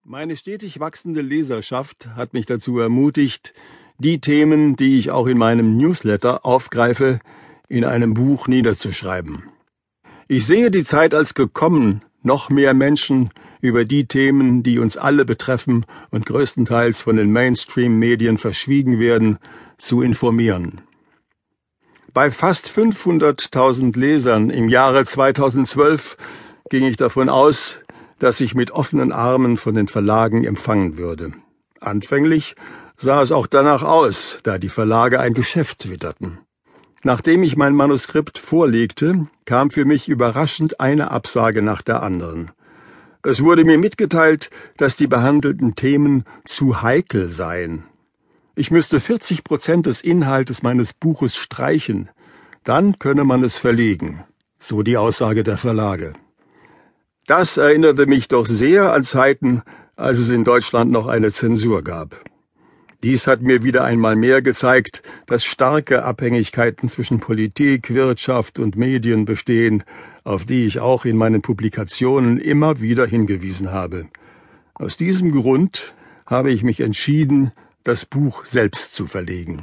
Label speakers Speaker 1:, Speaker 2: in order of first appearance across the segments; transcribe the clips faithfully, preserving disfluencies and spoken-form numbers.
Speaker 1: Meine stetig wachsende Leserschaft hat mich dazu ermutigt, die Themen, die ich auch in meinem Newsletter aufgreife, in einem Buch niederzuschreiben. Ich sehe die Zeit als gekommen, noch mehr Menschen über die Themen, die uns alle betreffen und größtenteils von den Mainstream-Medien verschwiegen werden, zu informieren. Bei fast fünfhunderttausend Lesern im Jahre zweitausendzwölf ging ich davon aus, dass ich mit offenen Armen von den Verlagen empfangen würde. Anfänglich sah es auch danach aus, da die Verlage ein Geschäft witterten. Nachdem ich mein Manuskript vorlegte, kam für mich überraschend eine Absage nach der anderen. Es wurde mir mitgeteilt, dass die behandelten Themen zu heikel seien. Ich müsste vierzig Prozent des Inhaltes meines Buches streichen, dann könne man es verlegen, so die Aussage der Verlage. Das erinnerte mich doch sehr an Zeiten, als es in Deutschland noch eine Zensur gab. Dies hat mir wieder einmal mehr gezeigt, dass starke Abhängigkeiten zwischen Politik, Wirtschaft und Medien bestehen, auf die ich auch in meinen Publikationen immer wieder hingewiesen habe. Aus diesem Grund habe ich mich entschieden, das Buch selbst zu verlegen.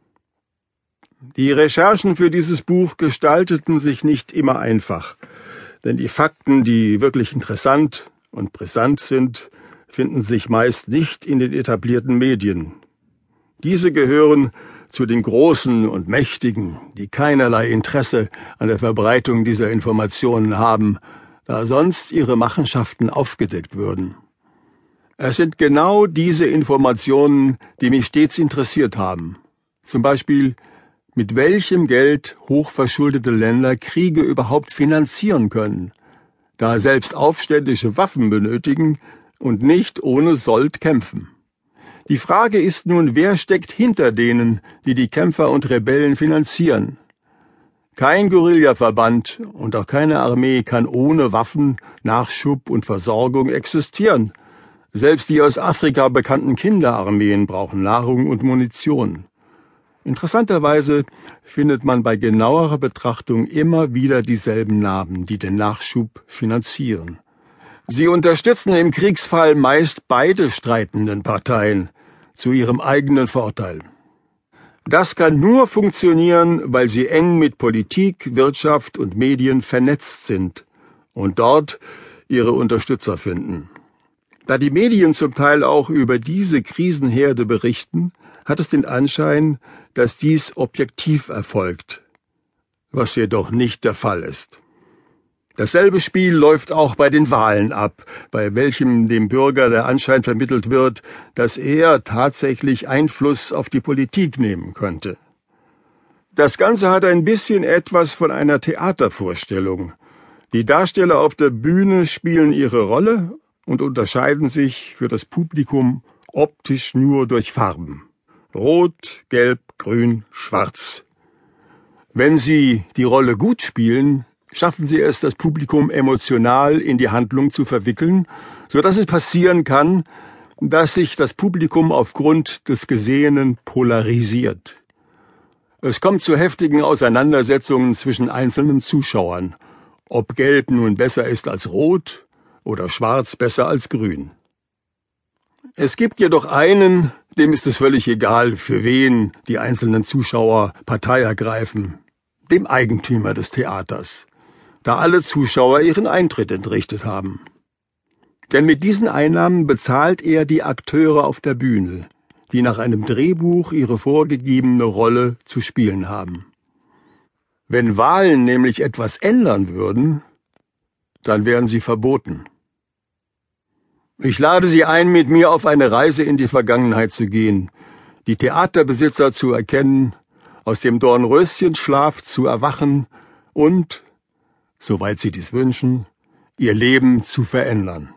Speaker 1: Die Recherchen für dieses Buch gestalteten sich nicht immer einfach, denn die Fakten, die wirklich interessant und brisant sind, finden sich meist nicht in den etablierten Medien. Diese gehören zu den Großen und Mächtigen, die keinerlei Interesse an der Verbreitung dieser Informationen haben, da sonst ihre Machenschaften aufgedeckt würden. Es sind genau diese Informationen, die mich stets interessiert haben. Zum Beispiel, mit welchem Geld hochverschuldete Länder Kriege überhaupt finanzieren können, da selbst Aufständische Waffen benötigen und nicht ohne Sold kämpfen. Die Frage ist nun, wer steckt hinter denen, die die Kämpfer und Rebellen finanzieren? Kein Guerillaverband und auch keine Armee kann ohne Waffen, Nachschub und Versorgung existieren. Selbst die aus Afrika bekannten Kinderarmeen brauchen Nahrung und Munition. Interessanterweise findet man bei genauerer Betrachtung immer wieder dieselben Namen, die den Nachschub finanzieren. Sie unterstützen im Kriegsfall meist beide streitenden Parteien zu ihrem eigenen Vorteil. Das kann nur funktionieren, weil sie eng mit Politik, Wirtschaft und Medien vernetzt sind und dort ihre Unterstützer finden. Da die Medien zum Teil auch über diese Krisenherde berichten, hat es den Anschein, dass dies objektiv erfolgt, was jedoch nicht der Fall ist. Dasselbe Spiel läuft auch bei den Wahlen ab, bei welchem dem Bürger der Anschein vermittelt wird, dass er tatsächlich Einfluss auf die Politik nehmen könnte. Das Ganze hat ein bisschen etwas von einer Theatervorstellung. Die Darsteller auf der Bühne spielen ihre Rolle und unterscheiden sich für das Publikum optisch nur durch Farben. Rot, Gelb, Grün, Schwarz. Wenn sie die Rolle gut spielen, schaffen sie es, das Publikum emotional in die Handlung zu verwickeln, so dass es passieren kann, dass sich das Publikum aufgrund des Gesehenen polarisiert. Es kommt zu heftigen Auseinandersetzungen zwischen einzelnen Zuschauern, ob Gelb nun besser ist als Rot oder Schwarz besser als Grün. Es gibt jedoch einen, dem ist es völlig egal, für wen die einzelnen Zuschauer Partei ergreifen, dem Eigentümer des Theaters, da alle Zuschauer ihren Eintritt entrichtet haben. Denn mit diesen Einnahmen bezahlt er die Akteure auf der Bühne, die nach einem Drehbuch ihre vorgegebene Rolle zu spielen haben. Wenn Wahlen nämlich etwas ändern würden, dann wären sie verboten. Ich lade Sie ein, mit mir auf eine Reise in die Vergangenheit zu gehen, die Theaterbesitzer zu erkennen, aus dem Dornröschenschlaf zu erwachen und, soweit Sie dies wünschen, ihr Leben zu verändern.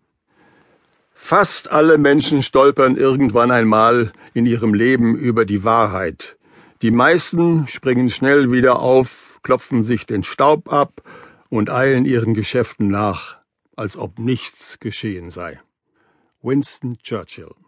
Speaker 1: Fast alle Menschen stolpern irgendwann einmal in ihrem Leben über die Wahrheit. Die meisten springen schnell wieder auf, klopfen sich den Staub ab und eilen ihren Geschäften nach, als ob nichts geschehen sei. Winston Churchill.